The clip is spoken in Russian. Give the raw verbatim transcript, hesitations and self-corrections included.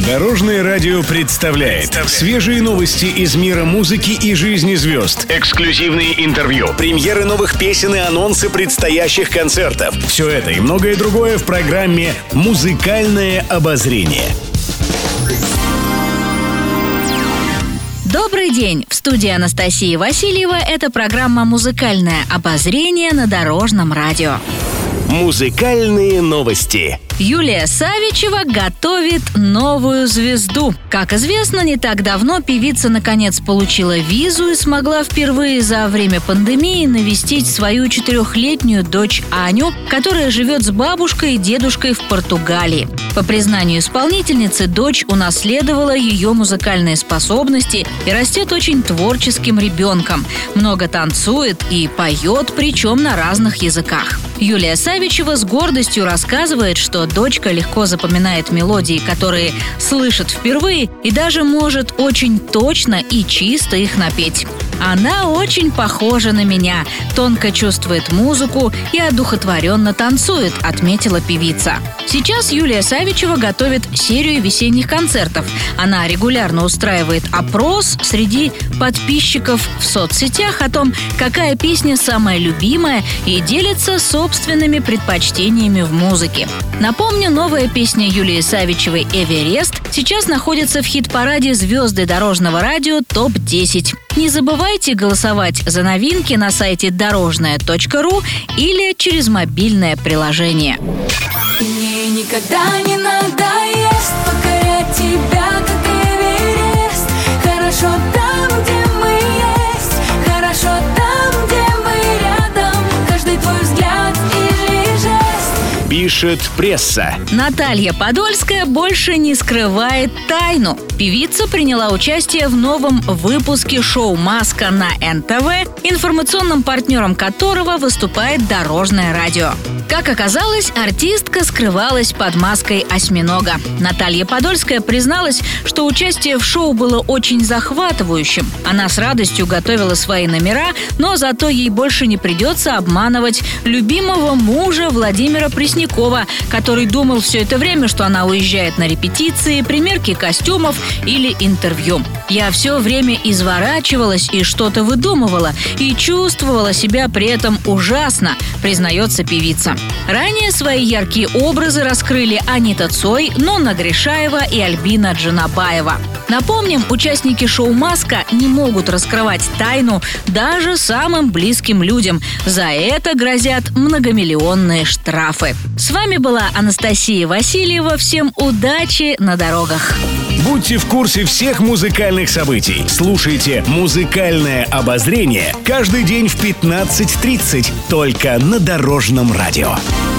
Дорожное радио представляет свежие новости из мира музыки и жизни звезд. Эксклюзивные интервью, премьеры новых песен и анонсы предстоящих концертов. Все это и многое другое в программе «Музыкальное обозрение». Добрый день! В студии Анастасия Васильева. Это программа «Музыкальное обозрение» на Дорожном радио. Музыкальные новости. Юлия Савичева готовит новую звезду. Как известно, не так давно певица наконец получила визу и смогла впервые за время пандемии навестить свою четырехлетнюю дочь Аню, которая живет с бабушкой и дедушкой в Португалии. По признанию исполнительницы, дочь унаследовала ее музыкальные способности и растет очень творческим ребенком. Много танцует и поет, причем на разных языках. Юлия Савичева с гордостью рассказывает, что дочка легко запоминает мелодии, которые слышит впервые, и даже может очень точно и чисто их напеть. Она очень похожа на меня, тонко чувствует музыку и одухотворенно танцует, отметила певица. Сейчас Юлия Савичева готовит серию весенних концертов. Она регулярно устраивает опрос среди подписчиков в соцсетях о том, какая песня самая любимая, и делится собственными предпочтениями в музыке. Напомню, новая песня Юлии Савичевой «Эверест» сейчас находится в хит-параде «Звезды дорожного радио топ десять». Не забывайте голосовать за новинки на сайте дорожная точка ру или через мобильное приложение. Мне никогда не надоест покорять тебя, как Эверест. Хорошо там, где мы есть, хорошо там, где мы рядом. Каждый твой взгляд или жест. Пишет пресса. Наталья Подольская больше не скрывает тайну. Певица приняла участие в новом выпуске шоу «Маска» на эн тэ вэ, информационным партнером которого выступает Дорожное радио. Как оказалось, артистка скрывалась под маской осьминога. Наталья Подольская призналась, что участие в шоу было очень захватывающим. Она с радостью готовила свои номера, но зато ей больше не придется обманывать любимого мужа Владимира Преснякова, который думал все это время, что она уезжает на репетиции, примерки костюмов или интервью. «Я все время изворачивалась и что-то выдумывала, и чувствовала себя при этом ужасно», признается певица. Ранее свои яркие образы раскрыли Анита Цой, Нонна Гришаева и Альбина Джанабаева. Напомним, участники шоу «Маска» не могут раскрывать тайну даже самым близким людям. За это грозят многомиллионные штрафы. С вами была Анастасия Васильева. Всем удачи на дорогах! Будьте в курсе всех музыкальных событий. Слушайте «Музыкальное обозрение» каждый день в пятнадцать тридцать только на Дорожном радио.